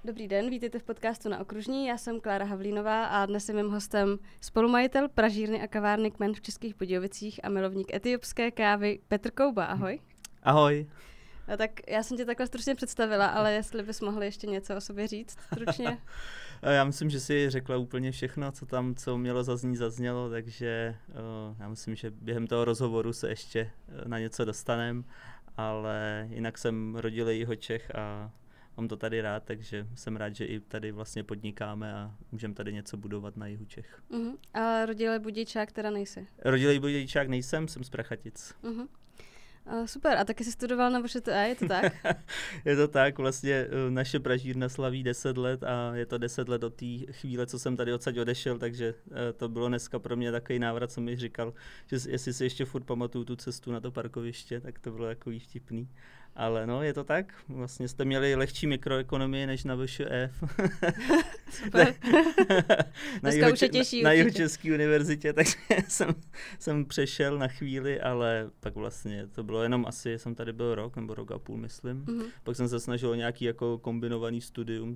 Dobrý den, vítejte v podcastu Na okružní. Já jsem Klára Havlínová a dnes je mým hostem spolumajitel pražírny a kavárny Kmen v Českých Budějovicích a milovník etiopské kávy Petr Kouba. Ahoj. Ahoj. A tak já jsem tě takhle stručně představila, ale jestli bys mohl ještě něco o sobě říct stručně. Já myslím, že jsi řekla úplně všechno, co mělo zaznít, zaznělo, takže já myslím, že během toho rozhovoru se ještě na něco dostaneme, ale jinak jsem rodilý Jihočech a mám to tady rád, takže jsem rád, že i tady vlastně podnikáme a můžeme tady něco budovat na jihu Čech. A rodilý Budějčák teda nejsi? Rodilý Budějčák nejsem, jsem z Prachatic. Super, a taky jsi studoval na VŠTE, je to tak? Je to tak, vlastně naše pražírna slaví 10 let a je to 10 let od té chvíle, co jsem tady odsaď odešel, takže to bylo dneska pro mě takový návrat, co mi říkal, že jestli si ještě furt pamatuju tu cestu na to parkoviště, tak to bylo takový vtipný. Ale no, je to tak, vlastně jste měli lehčí mikroekonomii než na VŠE. Super. Dneska už je těžší. Na Jihočeské univerzitě, takže jsem přešel na chvíli, ale pak vlastně to bylo jenom asi, jsem tady byl rok, nebo rok a půl, myslím. Pak jsem se snažil o nějaký jako kombinovaný studium,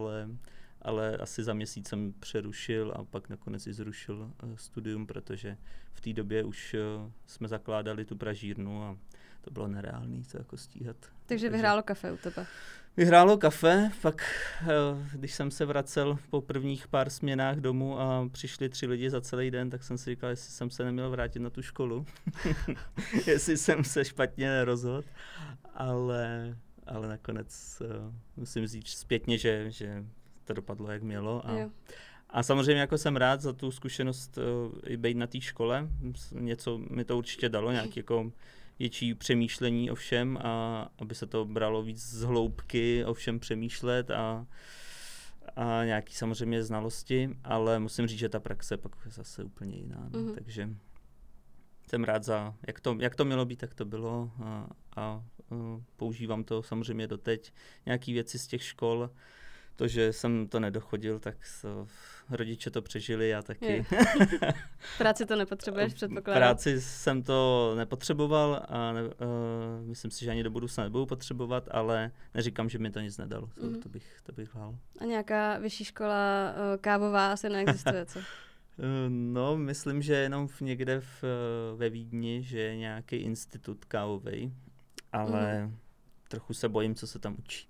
ale asi za měsíc jsem přerušil a pak nakonec i zrušil studium, protože v té době už jsme zakládali tu pražírnu a to bylo nereálné to jako stíhat. Takže vyhrálo kafe u tebe. Vyhrálo kafe, pak když jsem se vracel po prvních pár směnách domů a přišli 3 lidi za celý den, tak jsem si říkal, jestli jsem se neměl vrátit na tu školu. Jestli jsem se špatně nerozhodl, ale nakonec musím říct zpětně, že to dopadlo, jak mělo. A samozřejmě jako jsem rád za tu zkušenost i být na té škole. Něco mi to určitě dalo, nějaký jako větší přemýšlení o všem a aby se to bralo víc z hloubky o všem přemýšlet a nějaký samozřejmě znalosti, ale musím říct, že ta praxe pak je zase úplně jiná. Takže jsem rád za, jak to mělo být, tak to bylo a používám to samozřejmě doteď. Nějaký věci z těch škol, to, že jsem to nedochodil, tak rodiče to přežili, já taky. Práci to nepotřebuješ, předpokládám. Práci jsem to nepotřeboval a myslím si, že ani do budoucna nebudu potřebovat, ale neříkám, že mi to nic nedalo. To bych lhal. A nějaká vyšší škola kávová asi neexistuje, co? No, myslím, že jenom někde ve Vídni, že je nějaký institut kávovej, ale trochu se bojím, co se tam učí.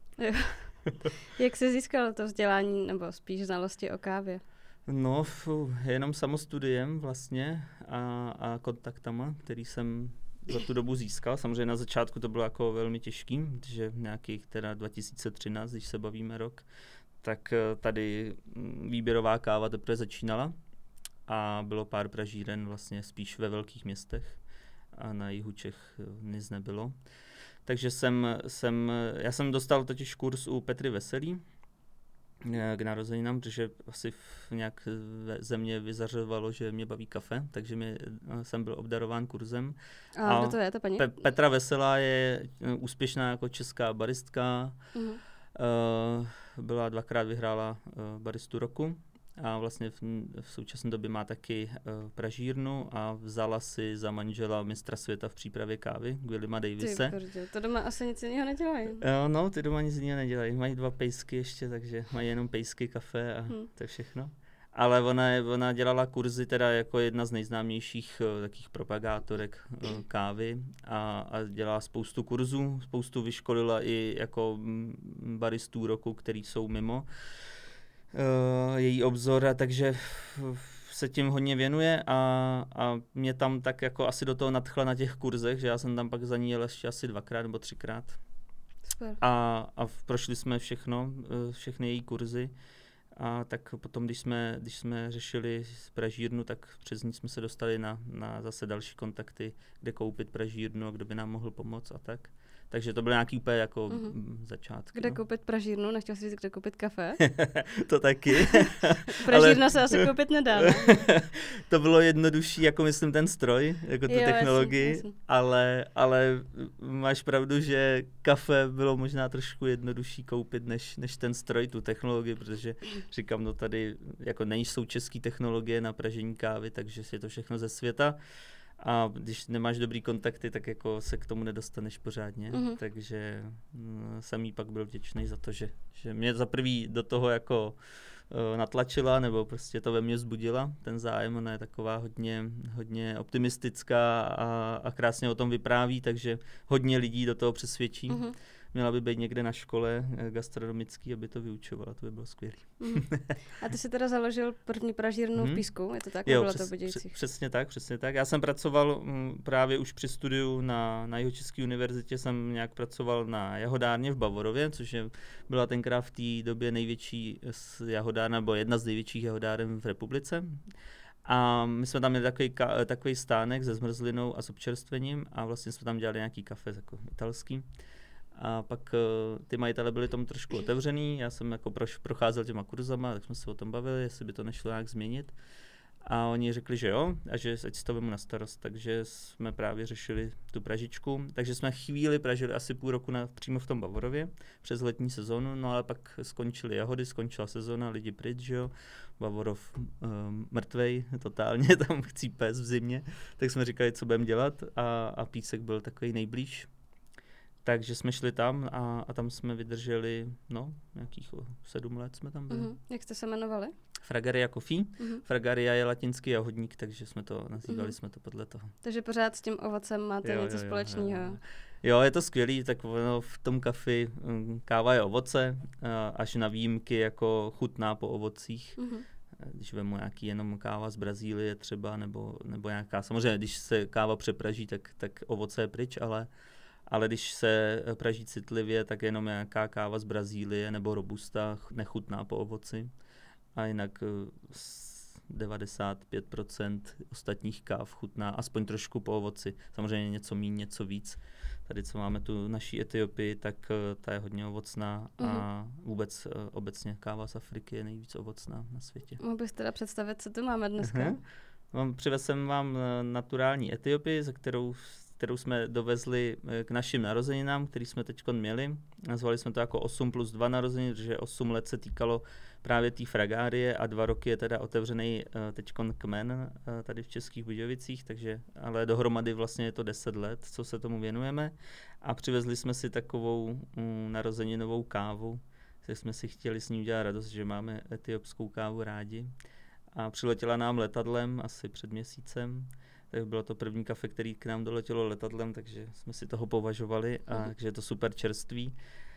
Jak jsi získal to vzdělání, nebo spíš znalosti o kávě? No, jenom samostudiem vlastně a kontaktama, který jsem za tu dobu získal. Samozřejmě na začátku to bylo jako velmi těžký, že nějakých teda 2013, když se bavíme rok, tak tady výběrová káva teprve začínala a bylo pár pražíren vlastně spíš ve velkých městech a na jihu Čech nic nebylo. Takže já jsem dostal totiž kurz u Petry Veselý k narozeninám, protože asi nějak ze mě vyzařovalo, že mě baví kafe, takže jsem byl obdarován kurzem. A kdo to je, ta paní? Petra Veselá je úspěšná jako česká baristka, byla 2krát vyhrála baristu roku. A vlastně v současné době má taky pražírnu a vzala si za manžela mistra světa v přípravě kávy, Willima Davise. To doma asi nic jiného nedělají. No, ty doma nic jiného nedělají. Mají 2 pejsky ještě, takže mají jenom pejsky, kafe a to je všechno. Ale ona dělala kurzy teda jako jedna z nejznámějších takých propagátorek kávy a dělala spoustu kurzů, spoustu vyškolila i jako baristů roku, který jsou mimo její obzor, takže se tím hodně věnuje a mě tam tak jako asi do toho nadchla na těch kurzech, že já jsem tam pak za ní jel ještě asi 2krát nebo 3krát. Super. A prošli jsme všechny její kurzy a tak potom, když jsme řešili pražírnu, tak přes ní jsme se dostali na zase další kontakty, kde koupit pražírnu a kdo by nám mohl pomoct a tak. Takže to byl nějaký úplně jako začátky. Kde koupit pražírnu? Nechtěl jsi říct, kde koupit kafe? To taky. Pražírna se asi koupit nedá. To bylo jednodušší, jako myslím ten stroj, jako tu technologii, jasný. Ale máš pravdu, že kafe bylo možná trošku jednodušší koupit, než ten stroj, tu technologii, protože říkám, no tady jako nejsou české technologie na pražení kávy, takže je to všechno ze světa. A když nemáš dobrý kontakty, tak jako se k tomu nedostaneš pořádně. Takže jsem jí pak byl vděčný za to, že mě za prvý do toho jako natlačila, nebo prostě to ve mně vzbudila, ten zájem. Ona je taková hodně optimistická a krásně o tom vypráví, takže hodně lidí do toho přesvědčí. Měla by být někde na škole gastronomický, aby to vyučovala, to by bylo skvělé. A ty jsi teda založil první pražírnu v Písku, je to tak? Jo, bylo to v Budějcích? Přesně tak. Já jsem pracoval právě už při studiu na Jihočeské univerzitě, jsem nějak pracoval na jahodárně v Bavorově, což byla tenkrát v té době největší jahodárna, nebo jedna z největších jahodáren v republice. A my jsme tam měli takový stánek se zmrzlinou a s občerstvením a vlastně jsme tam dělali nějaký kafe jako italský. A pak ty majitele byli tomu trošku otevřený, já jsem jako procházel těma kurzama, tak jsme se o tom bavili, jestli by to nešlo nějak změnit. A oni řekli, že jo, a že ať si to vemu na starost, takže jsme právě řešili tu pražičku. Takže jsme chvíli pražili asi půl roku přímo v tom Bavorově přes letní sezónu, no ale pak skončily jahody, skončila sezóna, lidi pryč, že jo. Bavorov mrtvej, totálně, tam chcípe v zimě, tak jsme říkali, co budeme dělat a Písek byl takový nejblíž. Takže jsme šli tam a tam jsme vydrželi, nějakých 7 let jsme tam byli. Jak jste se jmenovali? Fragaria Coffee. Fragaria je latinský jahodník, takže jsme to nazývali jsme to podle toho. Takže pořád s tím ovocem máte něco společného. Jo, je to skvělý, tak v tom kafi káva je ovoce, až na výjimky jako chutná po ovocích. Když vemu nějaký jenom káva z Brazílie třeba, nebo nějaká, samozřejmě když se káva přepraží, tak ovoce je pryč, ale když se praží citlivě, tak jenom nějaká káva z Brazílie nebo robusta nechutná po ovoci. A jinak 95% ostatních káv chutná aspoň trošku po ovoci. Samozřejmě něco míň, něco víc. Tady, co máme tu naší Etiopii, tak ta je hodně ovocná a vůbec obecně káva z Afriky je nejvíc ovocná na světě. Mohl bych teda představit, co tu máme dneska? Přivez jsem vám naturální Etiopii, kterou jsme dovezli k našim narozeninám, který jsme teď měli. Nazvali jsme to jako 8+2 narozeniny, protože 8 let se týkalo právě té fragárie a 2 roky je teda otevřený teď kmen tady v Českých Budějovicích, ale dohromady vlastně je to 10 let, co se tomu věnujeme. A přivezli jsme si takovou narozeninovou kávu, takže jsme si chtěli s ní udělat radost, že máme etiopskou kávu rádi. A přiletěla nám letadlem asi před měsícem. Tak bylo to první kafe, který k nám doletělo letadlem, takže jsme si toho považovali, takže je to super čerství.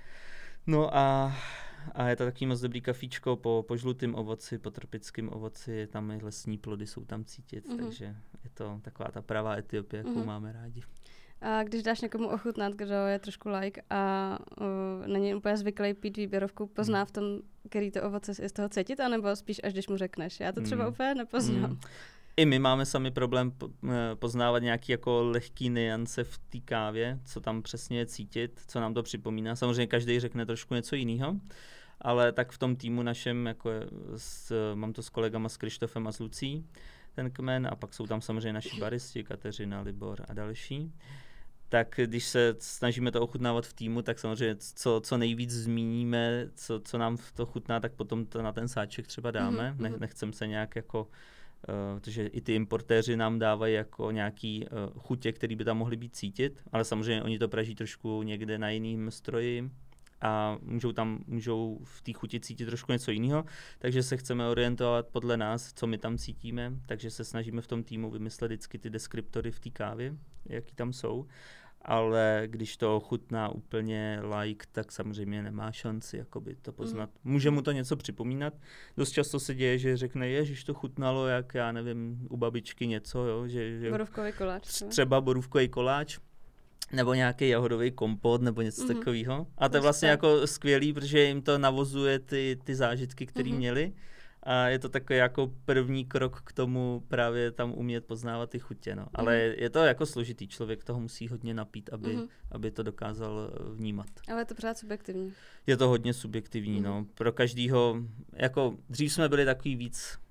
No a je to takový moc dobrý kafíčko po žlutém ovoci, po tropickém ovoci, tam i lesní plody jsou tam cítit, takže je to taková ta pravá Etiopie, jakou máme rádi. A když dáš někomu ochutnat, kdo je trošku like a není úplně zvyklý pít výběrovku, pozná v tom, který to ovoce je z toho cítit, anebo spíš až když mu řekneš? Já to třeba úplně nepoznám. I my máme sami problém poznávat nějaký jako lehký nuance v té kávě, co tam přesně je cítit, co nám to připomíná. Samozřejmě každý řekne trošku něco jiného, ale tak v tom týmu našem, jako mám to s kolegama, s Krištofem a s Lucí, ten kmen, a pak jsou tam samozřejmě naši baristi, Kateřina, Libor a další. Tak když se snažíme to ochutnávat v týmu, tak samozřejmě co nejvíc zmíníme, co nám to chutná, tak potom to na ten sáček třeba dáme. Nechcem se nějak jako protože i ty importéři nám dávají jako nějaký chutě, které by tam mohly být cítit, ale samozřejmě oni to praží trošku někde na jiným stroji a můžou v té chuti cítit trošku něco jiného, takže se chceme orientovat podle nás, co my tam cítíme, takže se snažíme v tom týmu vymyslet vždycky ty deskriptory v té kávě, jaký tam jsou. Ale když to chutná úplně like, tak samozřejmě nemá šanci jakoby to poznat. Může mu to něco připomínat. Dost často se děje, že řekne, ježiš, to chutnalo jak, já nevím, u babičky něco, jo, že borůvkový koláč. Třeba borůvkový koláč, nebo nějaký jahodový kompot, nebo něco takového. A to je vlastně jako skvělý, protože jim to navozuje ty zážitky, které měli. A je to takový jako první krok k tomu právě tam umět poznávat ty chutě. No. Ale je to jako složitý, člověk toho musí hodně napít, aby to dokázal vnímat. Ale je to pořád subjektivní. Je to hodně subjektivní, no. Pro každýho, jako dřív jsme byli takový víc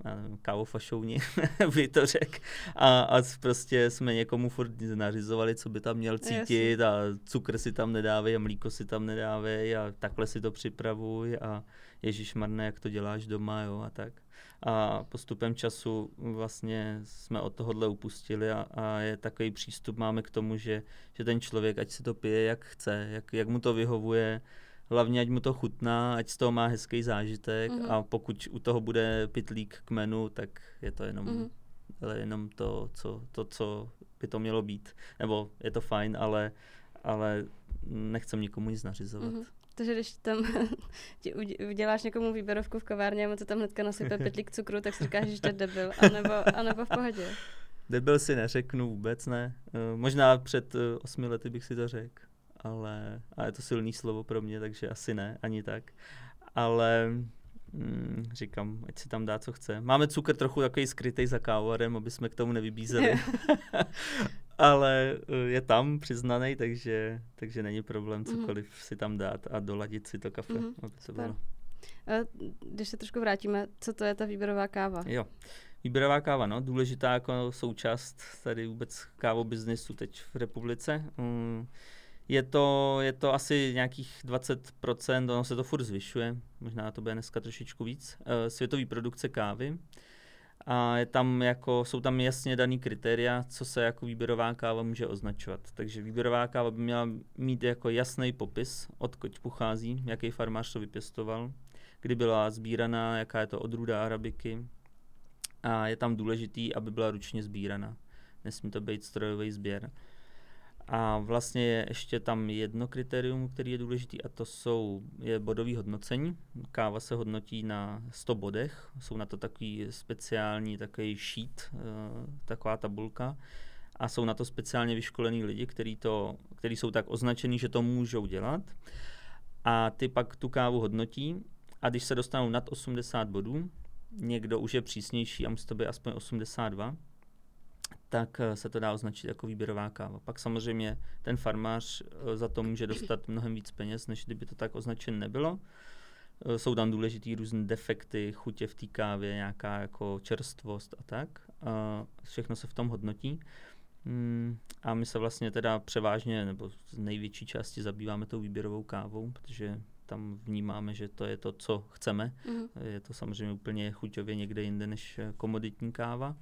já nevím, kávofašouni, by to řekl. A prostě jsme někomu furt nařizovali, co by tam měl cítit a cukr si tam nedávej a mlíko si tam nedávej a takhle si to připravuj a ježišmarne, jak to děláš doma, jo, a tak. A postupem času vlastně jsme od tohohle upustili a je takový přístup máme k tomu, že ten člověk, ať si to pije, jak chce, jak mu to vyhovuje, hlavně ať mu to chutná, ať z toho má hezký zážitek a pokud u toho bude pytlík k menu, tak je to jenom to, co by to mělo být. Nebo je to fajn, ale nechcem nikomu nic nařizovat. Takže když tam uděláš někomu výběrovku v kavárně a on se tam hnedka nasype pytlík cukru, tak si říkáš, že to je debil, anebo v pohodě. Debil si neřeknu vůbec, ne. Možná před 8 lety bych si to řekl, ale je to silný slovo pro mě, takže asi ne, ani tak. Ale říkám, ať si tam dá, co chce. Máme cukr trochu takový skrytej za kávovarem, aby jsme k tomu nevybízeli. Ale je tam přiznaný, takže není problém cokoliv si tam dát a doladit si to kafe. Když se trošku vrátíme, co to je ta výběrová káva? Jo, výběrová káva, no, důležitá jako součást tady vůbec kávobiznisu teď v republice. Je to asi nějakých 20%, ono se to furt zvyšuje, možná to bude dneska trošičku víc, světový produkce kávy. A jsou tam jasně daný kritéria, co se jako výběrová káva může označovat. Takže výběrová káva by měla mít jako jasný popis, odkud pochází, jaký farmář to vypěstoval, kdy byla sbíraná, jaká je to odrůda arabiky. A je tam důležitý, aby byla ručně sbíraná. Nesmí to být strojový sběr. A vlastně je ještě tam jedno kritérium, který je důležitý, a to je bodový hodnocení. Káva se hodnotí na 100 bodech, jsou na to takový speciální takový sheet, taková tabulka, a jsou na to speciálně vyškolení lidi, kteří jsou tak označení, že to můžou dělat. A ty pak tu kávu hodnotí a když se dostanou nad 80 bodů, někdo už je přísnější a musí to být aspoň 82, tak se to dá označit jako výběrová káva. Pak samozřejmě ten farmář za to může dostat mnohem víc peněz, než kdyby to tak označen nebylo. Jsou tam důležitý různé defekty, chutě v té kávě, nějaká jako čerstvost a tak. Všechno se v tom hodnotí. A my se vlastně teda převážně, nebo z největší části zabýváme tou výběrovou kávou, protože tam vnímáme, že to je to, co chceme. Je to samozřejmě úplně chuťově někde jinde než komoditní káva.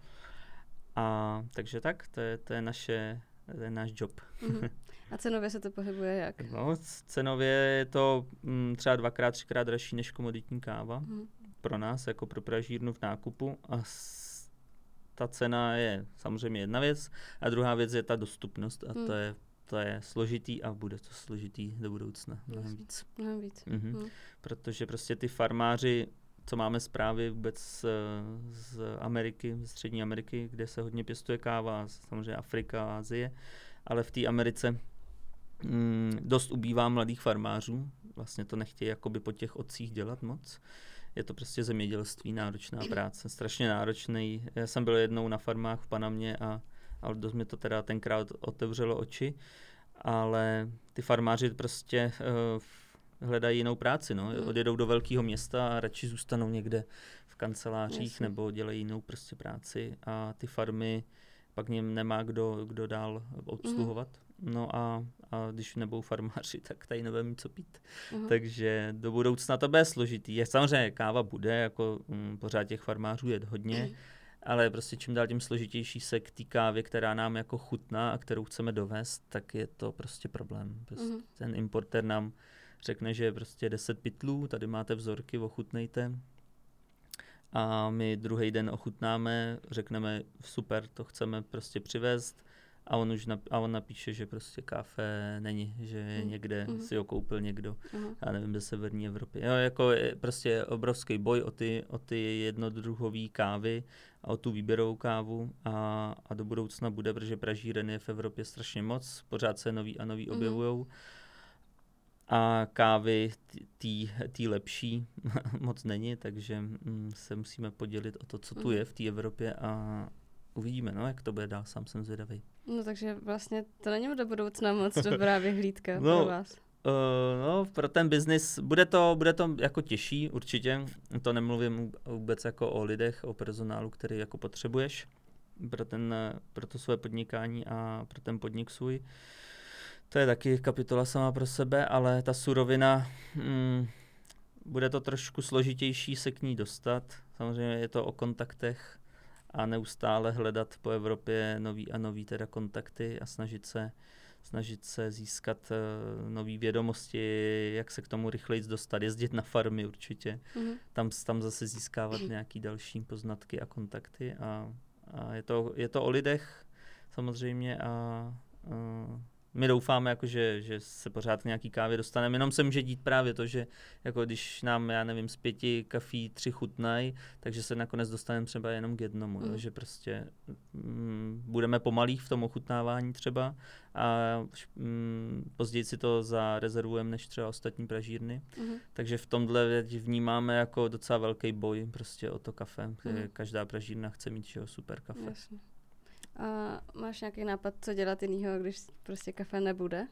A takže tak, to je náš job. A cenově se to pohybuje jak? No, cenově je to třeba 2x, 3x dražší než komoditní káva pro nás, jako pro pražírnu v nákupu. A ta cena je samozřejmě jedna věc a druhá věc je ta dostupnost a to je složitý a bude to složitý do budoucna mnohem víc. Protože prostě ty farmáři, co máme zprávy vůbec z Ameriky, ze Střední Ameriky, kde se hodně pěstuje káva, samozřejmě Afrika, Asie, ale v té Americe dost ubývá mladých farmářů, vlastně to nechtějí jakoby po těch otcích dělat moc. Je to prostě zemědělství, náročná práce, strašně náročný. Já jsem byl jednou na farmách v Panamě a dost mi to teda tenkrát otevřelo oči, ale ty farmáři prostě hledají jinou práci, no. Odjedou do velkého města a radši zůstanou někde v kancelářích nebo dělají jinou prostě práci a ty farmy pak něm nemá kdo dál obsluhovat. No a když nebudou farmáři, tak tady nebudeme mít co pít. Takže do budoucna to bude složitý. Samozřejmě káva bude, jako pořád těch farmářů je hodně, ale prostě čím dál tím složitější se k té kávě, která nám jako chutná a kterou chceme dovést, tak je to prostě problém. Prostě ten importér nám řekne, že je prostě 10 pytlů, tady máte vzorky, ochutnejte. A my druhý den ochutnáme, řekneme super, to chceme prostě přivést. A on napíše, že prostě kafe není, že někde si ho koupil někdo, já nevím, ze severní Evropy. Jo, jako je prostě obrovský boj o ty jednodruhové kávy a o tu výběrovou kávu a do budoucna bude, protože pražíren je v Evropě strašně moc, pořád se nový a nový objevujou. A kávy tý lepší moc není, takže se musíme podělit o to, co tu je v té Evropě a uvidíme, no, jak to bude dál, sám jsem zvědavý. No takže vlastně to není do budoucna moc dobrá vyhlídka pro vás. No, pro ten biznis bude to jako těžší určitě. To nemluvím vůbec jako o lidech, o personálu, který jako potřebuješ pro to své podnikání a pro ten podnik svůj. To je taky kapitola sama pro sebe, ale ta surovina, bude to trošku složitější se k ní dostat. Samozřejmě je to o kontaktech a neustále hledat po Evropě nový a nový teda kontakty a snažit se získat nové vědomosti, jak se k tomu rychleji dostat, jezdit na farmy určitě, tam zase získávat nějaký další poznatky a kontakty a je to o lidech samozřejmě a my doufáme, jako, že se pořád k nějaký kávě dostaneme, jenom se může dít právě to, že jako když nám, já nevím, z 5 kafí 3 chutnají, takže se nakonec dostaneme třeba jenom k jednomu, jo, že prostě budeme pomalí v tom ochutnávání třeba a později si to zarezervujeme než třeba ostatní pražírny, takže v tomhle vnímáme jako docela velký boj prostě o to kafe, každá pražírna chce mít super kafe. Jasně. A máš nějaký nápad, co dělat jinýho, když prostě kafe nebude?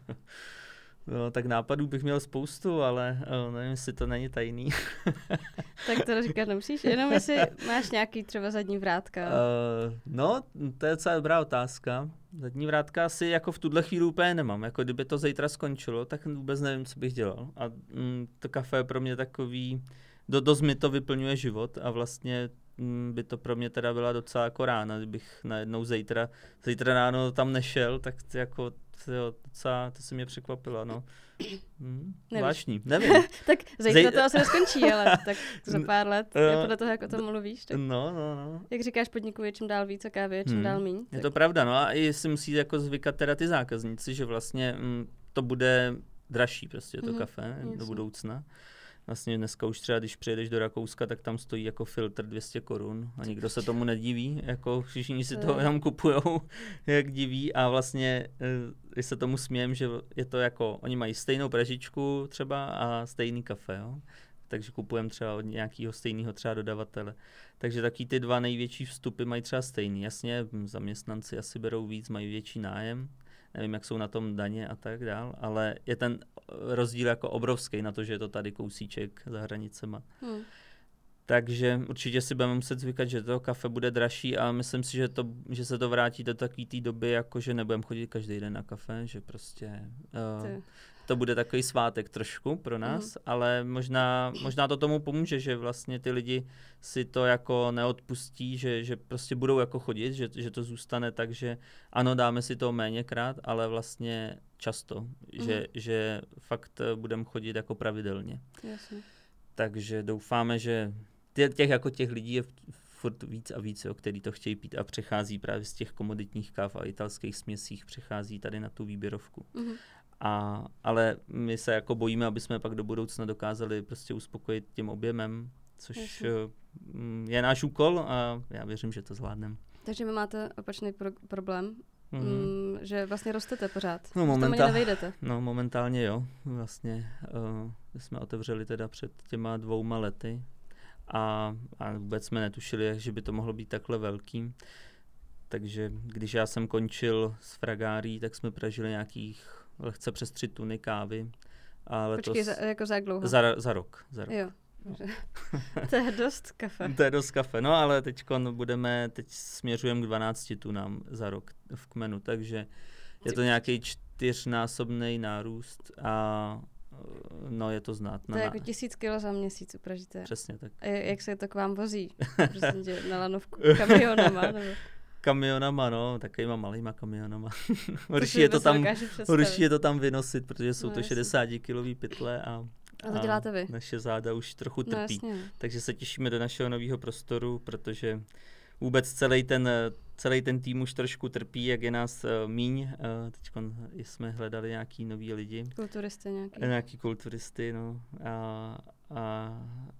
No, tak nápadů bych měl spoustu, ale nevím, jestli to není tajný. Tak to říkat nemusíš, jenom jestli máš nějaký třeba zadní vrátka. No, to je docela dobrá otázka. Zadní vrátka asi jako v tuhle chvíli úplně nemám. Jako kdyby to zítra skončilo, tak vůbec nevím, co bych dělal. A to kafe je pro mě takový, dost mi to vyplňuje život a vlastně by to pro mě teda byla docela jako rána, kdybych najednou zítra ráno tam nešel, tak jako docela, to se mě překvapilo, no. Zvláštní, nevím. Tak zítra to asi neskončí, ale tak za pár let, podle toho, jak o tom mluvíš. Tak no. Jak říkáš, podnikuje čím dál víc a kávě čím dál míň. Je to pravda, no a i si musí jako zvykat teda ty zákazníci, že vlastně to bude dražší prostě to kafe do budoucna. Vlastně dneska už třeba, když přijedeš do Rakouska, tak tam stojí jako filtr 200 korun a nikdo se tomu nediví, jako všichni si to jenom kupujou, jak diví a vlastně se tomu smějem, že je to jako, oni mají stejnou pražičku třeba a stejný kafe, jo? Takže kupujeme třeba od nějakého stejného třeba dodavatele. Takže taky ty dva největší vstupy mají třeba stejný. Jasně, zaměstnanci asi berou víc, mají větší nájem, nevím, jak jsou na tom daně a tak dál, ale je ten rozdíl jako obrovský na to, že je to tady kousíček za hranicema. Takže určitě si budeme muset zvykat, že to kafe bude dražší a myslím si, že se to vrátí do takové té doby, jako že nebudeme chodit každý den na kafe, že prostě to bude takový svátek trošku pro nás, ale možná to tomu pomůže, že vlastně ty lidi si to jako neodpustí, že prostě budou jako chodit, že to zůstane tak, že ano, dáme si to méněkrát, ale vlastně často, že fakt budeme chodit jako pravidelně. Jasně. Takže doufáme, že těch lidí je furt víc a víc, kteří to chtějí pít a přechází právě z těch komoditních káv a italských směsích, přechází tady na tu výběrovku. Ale my se jako bojíme, aby jsme pak do budoucna dokázali prostě uspokojit tím objemem, což je náš úkol a já věřím, že to zvládneme. Takže vy máte opačný problém, že vlastně rostete pořád, no, tam ani nevejdete. No momentálně jo, vlastně jsme otevřeli teda před těma 2 lety a vůbec jsme netušili, že by to mohlo být takhle velký. Takže když já jsem končil s Fragárií, tak jsme pražili nějakých lehce přes 3 tuny kávy. A letos, počkej, jako za jak dlouho? Za rok. Jo. No. To je dost kafe. To je dost kafe, no ale teď směřujeme k 12 tunám za rok v kmenu, takže je to nějaký 4násobný nárůst a no je to znát. To je jako 1000 kilo za měsíc upražíte. Přesně tak. A jak se to k vám vozí? Prostě na lanovku kamionama? Nebo? Kamionama, no, takovýma malýma kamionama. Horší je to tam vynosit, protože jsou to 60-kilový pytle a to děláte vy. Naše záda už trochu trpí. No, takže se těšíme do našeho nového prostoru, protože vůbec celý ten tým už trošku trpí, jak je nás míň. Teď jsme hledali nějaký nový lidi. Kulturisty nějaký. Nějaký kulturisty, no. A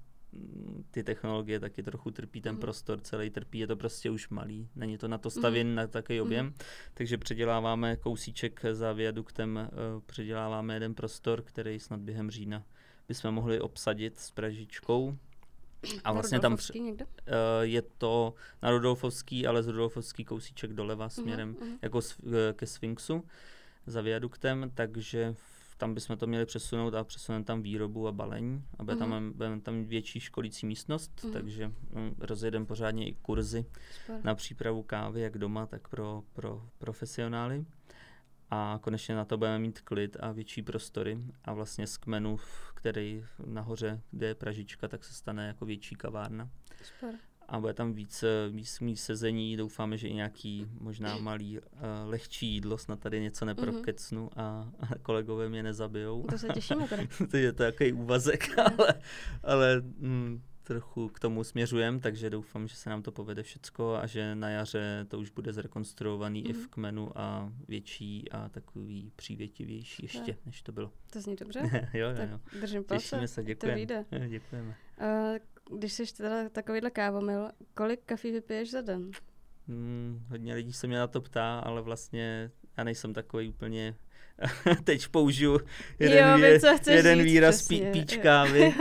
ty technologie taky trochu trpí, ten prostor celý trpí, je to prostě už malý, není to na to stavěn na takový objem, takže předěláváme kousíček za viaduktem, předěláváme jeden prostor, který snad během října bychom mohli obsadit s pražičkou. A vlastně tam je to na Rudolfovský, ale z Rudolfovský kousíček doleva směrem jako ke Sfinxu za viaduktem, takže tam bychom to měli přesunout a přesuneme tam výrobu a balení, aby budeme tam větší školící místnost, takže rozjedeme pořádně i kurzy na přípravu kávy, jak doma, tak pro profesionály. A konečně na to budeme mít klid a větší prostory a vlastně z kmenu, který nahoře, kde je pražička, tak se stane jako větší kavárna. Super. A bude tam víc míst sezení, doufáme, že i nějaký možná malý, lehčí jídlo, snad tady něco neprokecnu a kolegové mě nezabijou. To se těšíme tady. To je to takový úvazek, ale trochu k tomu směřujeme, takže doufám, že se nám to povede všecko a že na jaře to už bude zrekonstruovaný i v kmenu a větší a takový přívětivější ještě, než to bylo. To zní dobře. jo. Držím palce. Těšíme se, děkujeme. Děkujeme. Když jsi teda takovýhle kávomil, kolik kafí vypiješ za den? Hodně lidí se mě na to ptá, ale vlastně já nejsem takový úplně... Teď použiju jeden výraz píč kávy,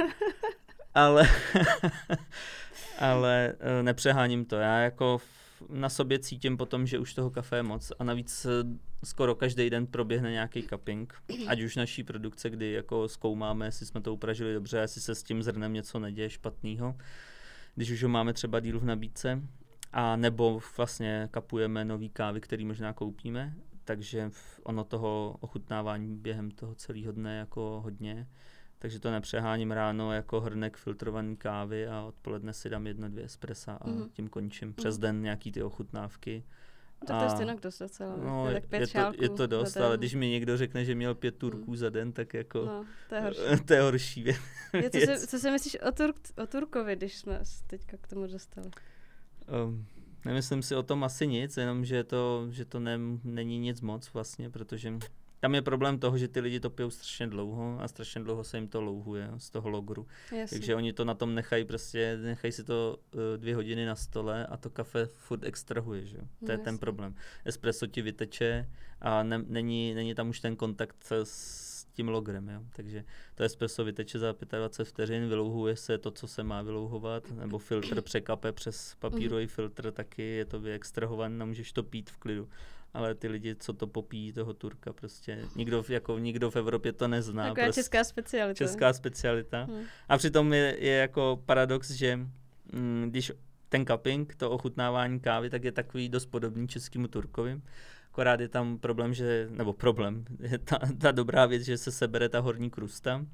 ale nepřeháním to. Já jako na sobě cítím potom, že už toho kafe je moc a navíc skoro každý den proběhne nějaký cupping, ať už naší produkce, kdy jako zkoumáme, jestli jsme to upražili dobře, jestli se s tím zrnem něco neděje špatného, když už ho máme třeba díl v nabídce, a nebo vlastně kapujeme nový kávy, který možná koupíme, takže ono toho ochutnávání během toho celého dne jako hodně. Takže to nepřeháním ráno jako hrnek filtrovaný kávy a odpoledne si dám 1-2 espressa a tím končím. Přes den nějaký ty ochutnávky. Tak to je stejnak dost docela. No, je to dost, ale když mi někdo řekne, že měl 5 turků za den, tak jako to je horší. To je horší věc. Co si myslíš o Turkovi, když jsme teďka k tomu dostali? Nemyslím si o tom asi nic, jenom že to není nic moc vlastně, protože tam je problém toho, že ty lidi to pijou strašně dlouho a strašně dlouho se jim to louhuje z toho logru. Jasně. Takže oni to na tom nechají si to 2 hodiny na stole a to kafe furt extrahuje, že jo. To je ten problém. Espresso ti vyteče a není tam už ten kontakt s tím logrem, jo. Takže to espresso vyteče za 25 vteřin, vylouhuje se to, co se má vylouhovat, nebo filtr překape přes papírový filtr, taky je to vyextrahované, nemůžeš to pít v klidu. Ale ty lidi, co to popíjí, toho Turka, prostě nikdo v Evropě to nezná. Taková prostě česká specialita. A přitom je jako paradox, že když ten cupping, to ochutnávání kávy, tak je takový dost podobný českému Turkovi. Akorát je tam problém, je ta dobrá věc, že se sebere ta horní krusta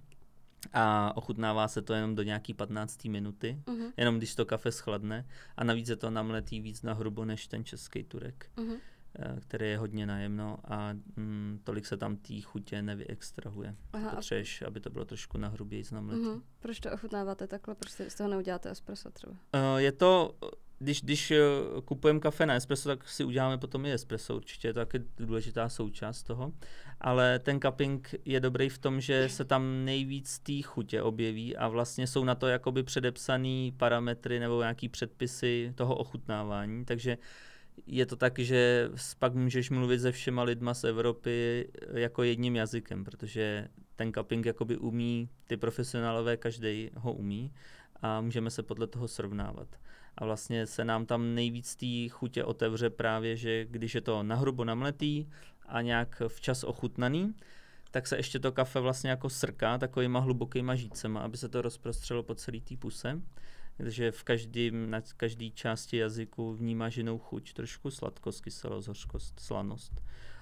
a ochutnává se to jenom do nějaký 15. minuty, jenom když to kafe schladne a navíc je to namletý víc na hrubo než ten český Turek. Který je hodně najemno a tolik se tam té chutě nevyextrahuje. Potřebuješ, aby to bylo trošku nahruběji znamletý. Proč to ochutnáváte takhle? Proč z toho neuděláte espresso třeba? Je to, když kupujeme kafe na espresso, tak si uděláme potom i espresso. Určitě je to taky důležitá součást toho. Ale ten cupping je dobrý v tom, že se tam nejvíc té chutě objeví a vlastně jsou na to jakoby předepsaný parametry nebo nějaký předpisy toho ochutnávání. Takže je to tak, že pak můžeš mluvit se všema lidma z Evropy jako jedním jazykem, protože ten cupping jakoby umí, ty profesionálové každý ho umí a můžeme se podle toho srovnávat. A vlastně se nám tam nejvíc té chutě otevře právě, že když je to nahrubo namletý a nějak včas ochutnaný, tak se ještě to kafe vlastně jako srká takovýma hlubokýma žícema, aby se to rozprostřelo po celý té puse. Takže na každé části jazyku vnímáš jinou chuť, trošku sladkost, kyselost, hořkost, slanost.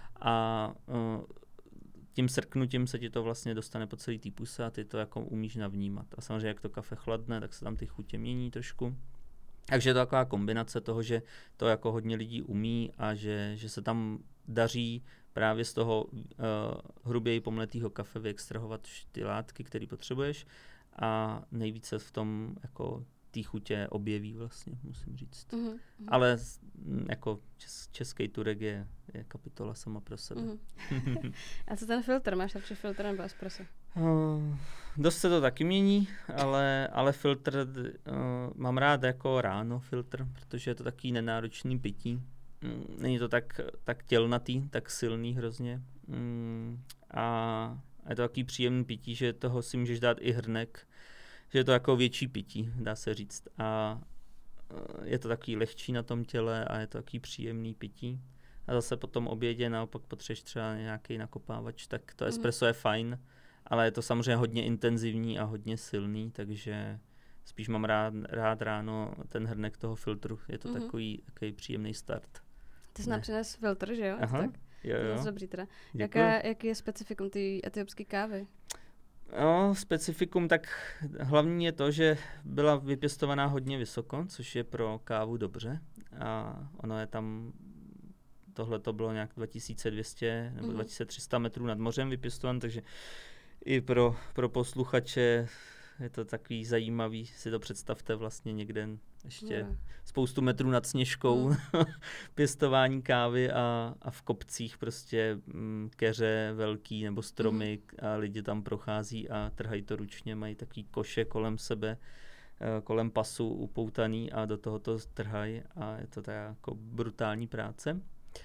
A tím srknutím se ti to vlastně dostane po celý té puse a ty to jako umíš navnímat. A samozřejmě, jak to kafe chladne, tak se tam ty chutě mění trošku. Takže je to taková kombinace toho, že to jako hodně lidí umí a že se tam daří právě z toho hruběji pomletého kafe vyextrahovat ty látky, které potřebuješ a nejvíce v tom jako té chutě objeví vlastně, musím říct. Ale jako český Turek je kapitola sama pro sebe. A co ten filtr? Máš radši filtr nebo espresso? Dost se to taky mění, ale filtr mám rád jako ráno filtr, protože je to takový nenáročný pití. Není to tak tělnatý, tak silný hrozně. A je to takový příjemný pití, že toho si můžeš dát i hrnek, že je to jako větší pití, dá se říct. A je to takový lehčí na tom těle a je to takový příjemný pití. a zase po tom obědě naopak potřebuješ třeba nějaký nakopávač, tak to espresso je fajn, ale je to samozřejmě hodně intenzivní a hodně silný, takže spíš mám rád ráno ten hrnek toho filtru. Je to takový příjemný start. Ty jsi nám přines filtr, že jo? Aha, tak. jo. To je dobrý teda. Jaký je specifikum té etiopské kávy? No, specifikum, tak hlavní je to, že byla vypěstovaná hodně vysoko, což je pro kávu dobře. A ono je tam, tohle to bylo nějak 2200 nebo 2300 metrů nad mořem vypěstované, takže i pro posluchače je to takový zajímavý, si to představte vlastně někde ještě spoustu metrů nad Sněžkou pěstování kávy a v kopcích prostě keře velký nebo stromy a lidi tam prochází a trhají to ručně, mají takový koše kolem sebe, kolem pasu upoutaný a do toho to trhají a je to tak jako brutální práce.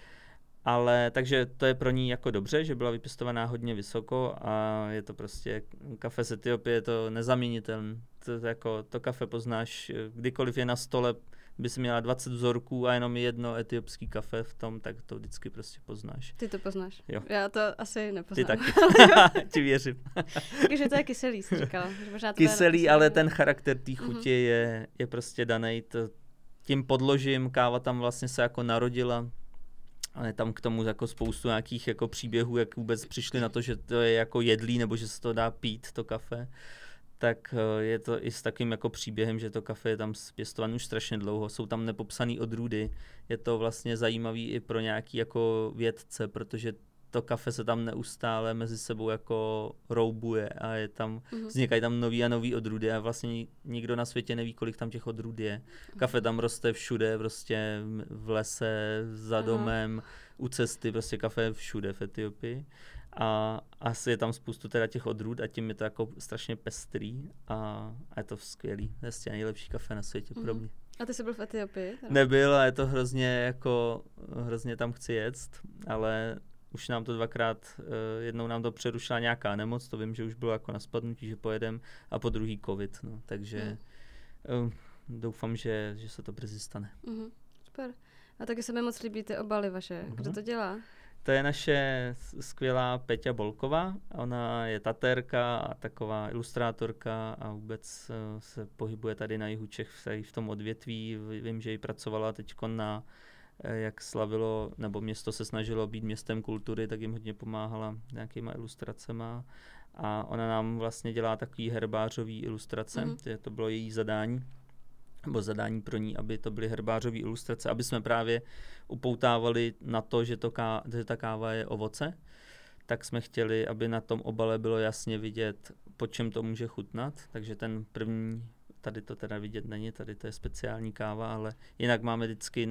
Ale takže to je pro ní jako dobře, že byla vypěstovaná hodně vysoko a je to prostě, kafe z Etiopie je to nezaměnitelné. To kafe poznáš, kdykoliv je na stole, by si měla 20 vzorků a jenom jedno etiopský kafe v tom, tak to vždycky prostě poznáš. Ty to poznáš? Jo. Já to asi nepoznám. Ty taky, ti věřím. Takže to je kyselý, jsi říkala. Kyselý, ale ten charakter té chutě je prostě danej. Tím podložím, káva tam vlastně se jako narodila. Ale tam k tomu jako spoustu nějakých jako příběhů, jak vůbec přišli na to, že to je jako jedlý, nebo že se to dá pít, to kafe. Tak je to i s takým jako příběhem, že to kafe je tam pěstované už strašně dlouho. Jsou tam nepopsané odrůdy. Je to vlastně zajímavý i pro nějaký jako vědce, protože to kafe se tam neustále mezi sebou jako roubuje a je tam, vznikají tam nový a nový odrůdy a vlastně nikdo na světě neví, kolik tam těch odrůd je. Kafe tam roste všude, prostě v lese, za domem, u cesty, prostě kafe všude v Etiopii. A asi je tam spoustu teda těch odrůd a tím je to jako strašně pestrý a je to skvělý. To je nejlepší kafe na světě pro mě. A ty jsi byl v Etiopii? Teda? Nebyl, a je to hrozně tam chci jet, ale už nám to dvakrát, jednou nám to přerušila nějaká nemoc, to vím, že už bylo jako na spadnutí, že pojedem, a po druhý covid, no, takže doufám, že se to brzy stane. Super. A taky se mi moc líbí ty obaly vaše. Kdo to dělá? To je naše skvělá Peťa Bolková, ona je tatérka a taková ilustrátorka a vůbec se pohybuje tady na jihu Čech v tom odvětví, vím, že ji pracovala teďko na jak slavilo, nebo město se snažilo být městem kultury, tak jim hodně pomáhala nějakýma ilustracema a ona nám vlastně dělá takový herbářový ilustrace, to bylo její zadání, nebo zadání pro ní, aby to byly herbářové ilustrace, aby jsme právě upoutávali na to, že ta káva je ovoce, tak jsme chtěli, aby na tom obale bylo jasně vidět, po čem to může chutnat, takže ten první, tady to teda vidět není, tady to je speciální káva, ale jinak máme vždycky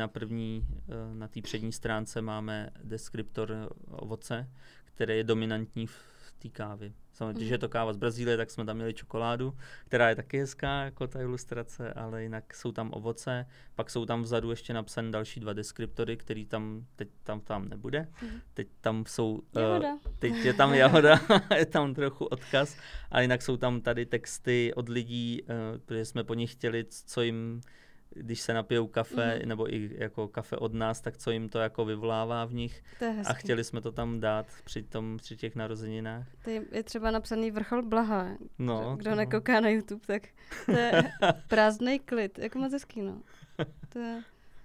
na té přední stránce máme deskriptor ovoce, který je dominantní v té kávě. Když je to káva z Brazílie, tak jsme tam měli čokoládu, která je taky hezká, jako ta ilustrace, ale jinak jsou tam ovoce, pak jsou tam vzadu ještě napsané další 2 deskriptory, který teď tam nebude. Teď tam jsou, teď je tam jahoda, je tam trochu odkaz, ale jinak jsou tam tady texty od lidí, protože jsme po nich chtěli, co jim, když se napijou kafe, nebo i jako kafe od nás, tak co jim to jako vyvolává v nich. A chtěli jsme to tam dát při těch narozeninách. To je třeba napsaný Vrchol Blaha. No, kdo nekouká na YouTube, tak to je prázdnej klid. Jako moc hezký, no. To je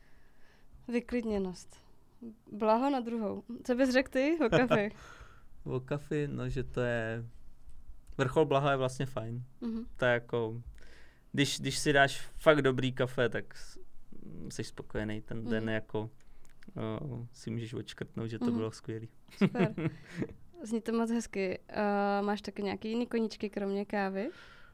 vyklidněnost. Blaho na druhou. Co bys řekl ty o kafe? O kafe, no, že to je... Vrchol Blaha je vlastně fajn. To je jako... Když si dáš fakt dobrý kafe, tak jsi spokojený. Ten den jako si můžeš odškrtnout, že to bylo skvělý. Super. Zní to moc hezky. Máš taky nějaký jiný koníčky, kromě kávy?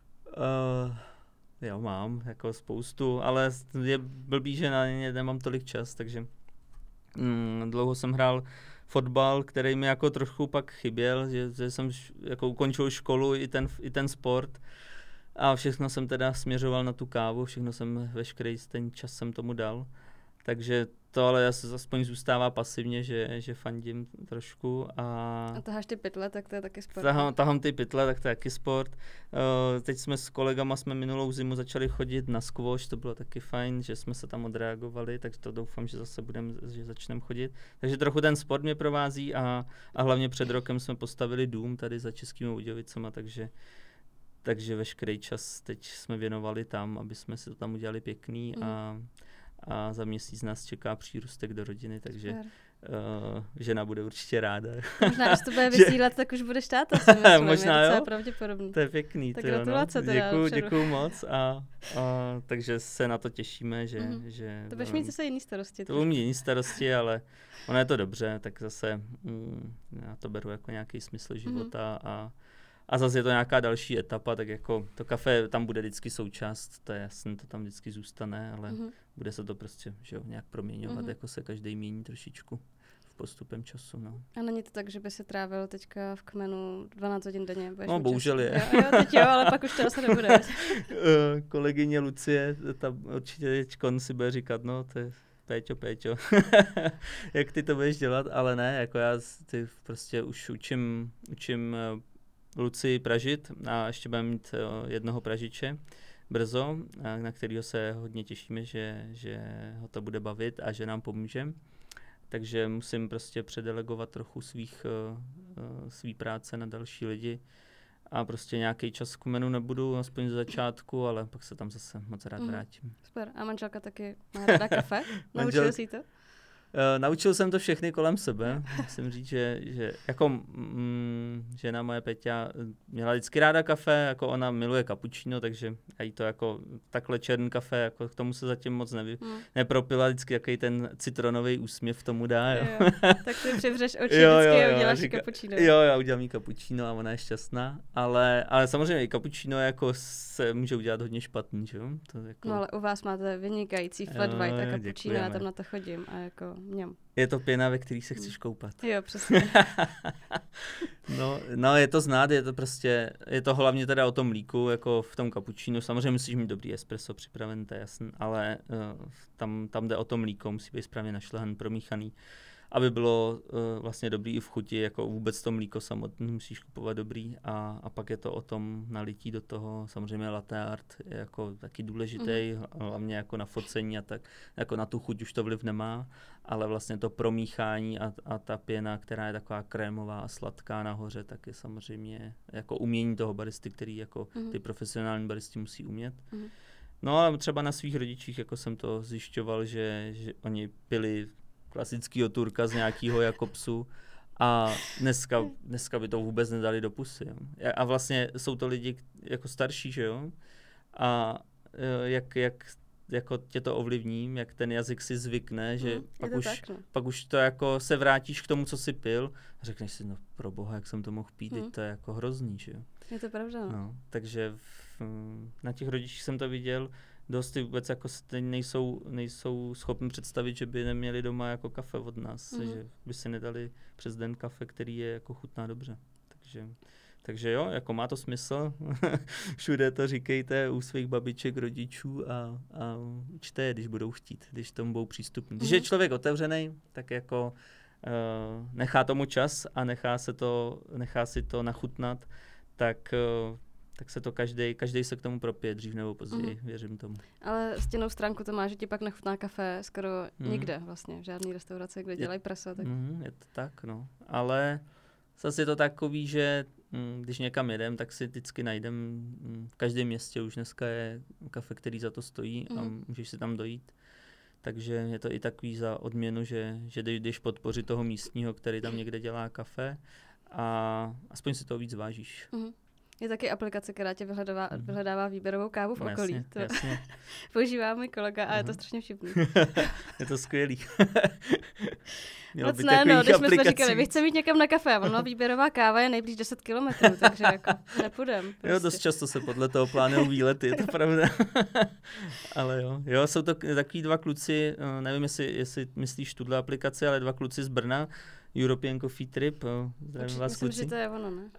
Jo, mám jako spoustu, ale je blbý, že na ně nemám tolik čas, takže dlouho jsem hrál fotbal, který mi jako trochu pak chyběl, že jsem jako ukončil školu i ten sport. A všechno jsem teda směřoval na tu kávu, veškerý ten čas jsem tomu dal. Takže to ale aspoň zůstává pasivně, že fandím trošku. A taháš ty pytle, tak to je taky sport. Tahám ty pytle, tak to je taky sport. Teď jsme s kolegama minulou zimu začali chodit na squash, to bylo taky fajn, že jsme se tam odreagovali, tak to doufám, že zase že začneme chodit. Takže trochu ten sport mě provází a hlavně před rokem jsme postavili dům tady za Českými Budějovicemi, takže veškerý čas teď jsme věnovali tam, aby jsme si to tam udělali pěkný a za měsíc nás čeká přírůstek do rodiny, takže žena bude určitě ráda. Možná, až to bude vysílat, tak už budeš táta. Možná je pravděpodobný. To je pěkný. Tak gratulace teda. Děkuju moc takže se na to těšíme, že to budeš mít zase jiný starosti. To budu mít jiný starosti, ale ono je to dobře, tak zase já to beru jako nějaký smysl života a zase je to nějaká další etapa, tak jako to kafe tam bude vždycky součást, to je jasné, to tam vždycky zůstane, ale bude se to prostě nějak proměňovat, jako se každý mění trošičku v postupem času. No. A není to tak, že by se trávil teďka v kmenu 12 hodin denně? No bohužel je. Jo, teď jo, ale pak už to asi nebude. Kolegyně Lucie, ta určitě teďkon si bude říkat, no to je Péťo, jak ty to budeš dělat, ale ne, jako já ty prostě už učím Lucii pražit a ještě budeme mít jednoho pražiče brzo, na kterého se hodně těšíme, že ho to bude bavit a že nám pomůže. Takže musím prostě předelegovat trochu svý práce na další lidi a prostě nějaký čas k menu nebudu, aspoň z začátku, ale pak se tam zase moc rád vrátím. Super. A manželka taky má ráda kafe? Naučil jsi to? Naučil jsem to všechny kolem sebe. Musím říct, že jako žena moje Peťa měla vždycky ráda kafe, jako ona miluje cappuccino, takže já jí to jako takhle černý kafe, jako k tomu se zatím moc nepropila, vždycky jaký ten citronový úsměv tomu dá. Jo. Tak ty přivřeš oči vždycky a uděláš cappuccino. Jo, já udělám jí cappuccino a ona je šťastná, ale samozřejmě i cappuccino jako se může udělat hodně špatný, že jo? To jako... No ale u vás máte vynikající flat white a cappuccino, já tam na to chodím a jako mňam. Je to pěna, ve který se chceš koupat. Jo, přesně. no, je to znát, je to hlavně teda o tom mlíku, jako v tom cappuccinu. Samozřejmě musíš mít dobrý espresso připraven, to je jasný, ale tam jde o to mlíko, musí být správně našlehaný, promíchaný, aby bylo vlastně dobrý i v chuti, jako vůbec to mlíko samotné musíš kupovat dobrý a pak je to o tom nalití do toho, samozřejmě latte art je jako taky důležitý, hlavně jako na focení a tak, jako na tu chuť už to vliv nemá, ale vlastně to promíchání a ta pěna, která je taková krémová a sladká nahoře, tak je samozřejmě jako umění toho baristy, který jako ty profesionální baristi musí umět. No ale třeba na svých rodičích jako jsem to zjišťoval, že oni pili klasického Turka z nějakého Jakobsu a dneska by to vůbec nedali do pusy. Jo. A vlastně jsou to lidi jako starší, že jo? A jak jako tě to ovlivní, jak ten jazyk si zvykne, že pak už to jako se vrátíš k tomu, co jsi pil a řekneš si, no pro boha, jak jsem to mohl pít, to je jako hrozný, že jo. Je to pravda. No, takže na těch rodičích jsem to viděl, dost vůbec jako nejsou schopni představit, že by neměli doma jako kafe od nás, že by si nedali přes den kafe, který je jako chutná dobře. Takže jo, jako má to smysl. Všude to říkejte u svých babiček, rodičů a učte je, když budou chtít, když tomu budou přístupní. Když je člověk otevřený, tak jako nechá tomu čas a nechá si to nachutnat, tak se to každý se k tomu propije dřív nebo později, věřím tomu. Ale stěnou stránku to má, že ti pak nechutná kafe skoro nikde vlastně, v žádný restauraci, kde dělají prasa. Tak... Je to tak, no. Ale zase je to takový, že když někam jedem, tak si vždycky najdem, v každém městě už dneska je kafe, který za to stojí a můžeš si tam dojít. Takže je to i takový za odměnu, že jdeš podpořit toho místního, který tam někde dělá kafe a aspoň si toho víc vážíš. Je taky aplikace, která tě vyhledává výběrovou kávu v okolí. Jasně. Používá můj kolega a je to strašně vtipný. Je to skvělý. Moc ne, no, když my jsme říkali, vy chceme jít někam na kafe, ono výběrová káva je nejblíž 10 kilometrů, takže jako nepůjdem. Prostě. Jo, dost často se podle toho plánují výlety, je to pravda. Ale jo, jsou to takový dva kluci, nevím, jestli myslíš tuhle aplikaci, ale dva kluci z Brna, European Coffee Trip, myslím, že to je ono, ne?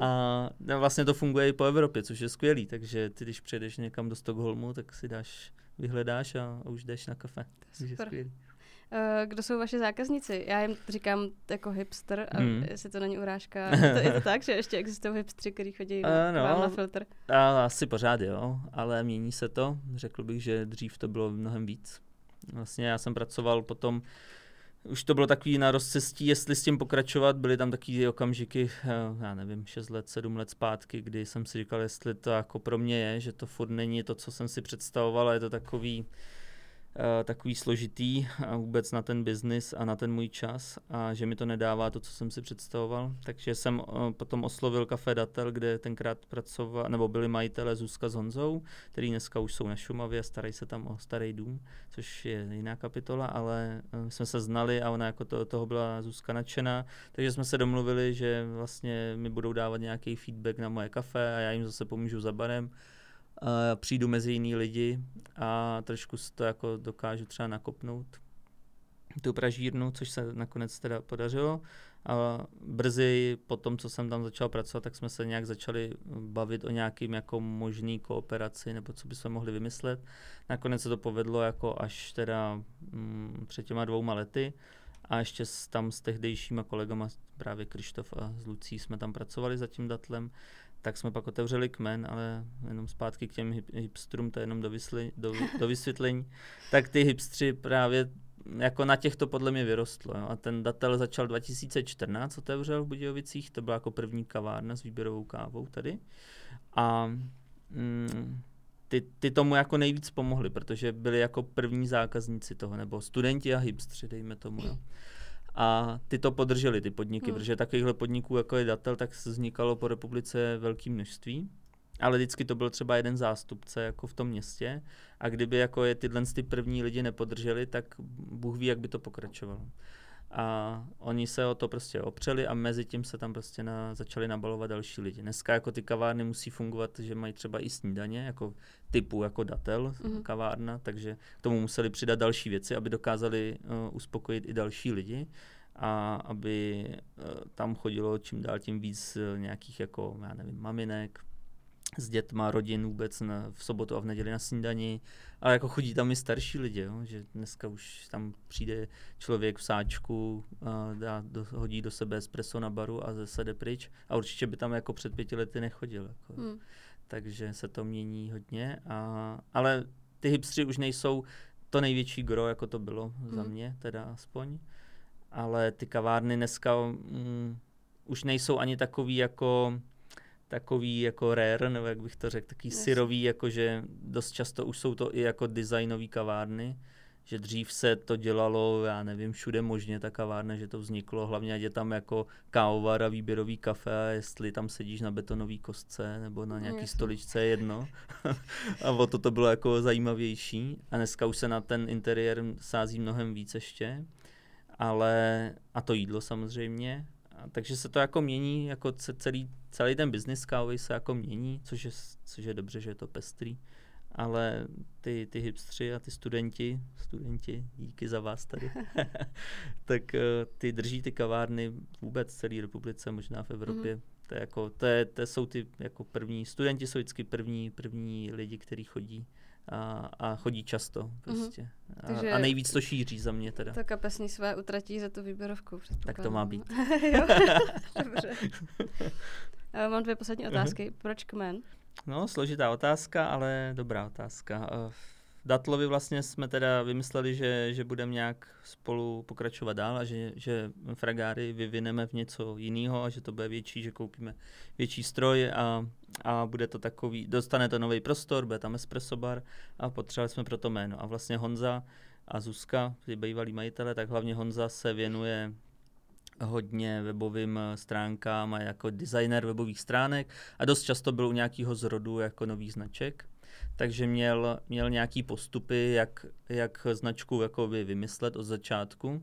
A vlastně to funguje i po Evropě, což je skvělý, takže ty, když přijedeš někam do Stockholmu, tak si dáš vyhledáš a už jdeš na kafe. Super. Kdo jsou vaši zákazníci? Já jim říkám jako hipster, a jestli to není urážka. Je to tak, že ještě existují hipstři, kteří chodí vám na filtr? Asi pořád jo, ale mění se to. Řekl bych, že dřív to bylo mnohem víc. Vlastně já jsem pracoval potom, už to bylo takový na rozcestí, jestli s tím pokračovat, byly tam takový okamžiky, já nevím, 6 let, 7 let zpátky, kdy jsem si říkal, jestli to jako pro mě je, že to furt není to, co jsem si představoval, a je to takový složitý a vůbec na ten biznis a na ten můj čas a že mi to nedává to, co jsem si představoval. Takže jsem potom oslovil Café Datel, kde tenkrát byli majitelé Zuzka s Honzou, který dneska už jsou na Šumavě a starají se tam o starý dům, což je jiná kapitola, ale jsme se znali a ona jako toho byla Zuzka nadšená, takže jsme se domluvili, že vlastně mi budou dávat nějaký feedback na moje kafe a já jim zase pomůžu za barem. Přijdu mezi jiný lidi a trošku si to jako dokážu třeba nakopnout tu pražírnu, což se nakonec teda podařilo. A brzy po tom, co jsem tam začal pracovat, tak jsme se nějak začali bavit o nějakým jako možný kooperaci, nebo co bychom mohli vymyslet. Nakonec se to povedlo jako až teda před těma 2 lety a ještě tam s tehdejšíma kolegama, právě Krištof a s Lucí jsme tam pracovali za tím Datlem. Tak jsme pak otevřeli Kmen, ale jenom zpátky k těm hipstrům, to je jenom do vysvětlení, tak ty hipstři právě jako na těch to podle mě vyrostlo. Jo. A ten Datel začal 2014, otevřel v Budějovicích, to byla jako první kavárna s výběrovou kávou tady. A ty tomu jako nejvíc pomohli, protože byli jako první zákazníci toho, nebo studenti a hipstři, dejme tomu. Jo. A ty to podrželi, ty podniky, protože takovýchhle podniků, jako je Datel, tak vznikalo po republice velké množství, ale vždycky to byl třeba jeden zástupce jako v tom městě a kdyby jako je tyhle ty první lidi nepodrželi, tak Bůh ví, jak by to pokračovalo. A oni se o to prostě opřeli a mezi tím se tam prostě začali nabalovat další lidi. Dneska jako ty kavárny musí fungovat, že mají třeba i snídaně, jako typu jako Datel kavárna, takže k tomu museli přidat další věci, aby dokázali uspokojit i další lidi a aby tam chodilo čím dál tím víc nějakých jako, já nevím, maminek, s dětma, rodin vůbec v sobotu a v neděli na snídani, ale jako chodí tam i starší lidi, jo? Že dneska už tam přijde člověk v sáčku, hodí do sebe espresso na baru a zase jde pryč a určitě by tam jako před 5 lety nechodil. Jako. Takže se to mění hodně, ale ty hipstři už nejsou to největší gro, jako to bylo za mě, teda aspoň, ale ty kavárny dneska už nejsou ani takový jako rare, nebo jak bych to řekl, takový syrový, jakože dost často už jsou to i jako designové kavárny, že dřív se to dělalo, já nevím, všude možně ta kavárna, že to vzniklo, hlavně ať je tam jako kávovar a výběrový kafe a jestli tam sedíš na betonové kostce nebo na nějaký stoličce je jedno. A o to bylo jako zajímavější a dneska už se na ten interiér sází mnohem víc ještě, a to jídlo samozřejmě. Takže se to jako mění, jako celý ten business kávy se jako mění, což je dobře, že je to pestrý. Ale ty hipstři a ty studenti, díky za vás tady, tak ty drží ty kavárny vůbec v celé republice, možná v Evropě. To jsou ty jako první, studenti jsou vždycky první lidi, kteří chodí. A chodí často prostě. A nejvíc to šíří za mě teda. To kapesní své utratí za tu výběrovku. Tak to má být. Jo, dobře. Mám 2 poslední otázky. Proč Kmen? No, složitá otázka, ale dobrá otázka. Datlovi vlastně jsme teda vymysleli, že budeme nějak spolu pokračovat dál a že Fragáry vyvineme v něco jiného a že to bude větší, že koupíme větší stroj a bude to takový, dostane to nový prostor, bude tam espresso bar a potřebovali jsme pro to jméno. A vlastně Honza a Zuzka, ty bývalí majitele, tak hlavně Honza se věnuje hodně webovým stránkám a jako designer webových stránek a dost často byl u nějakého zrodu jako nových značek. Takže měl nějaký postupy, jak značku jakoby vymyslet od začátku.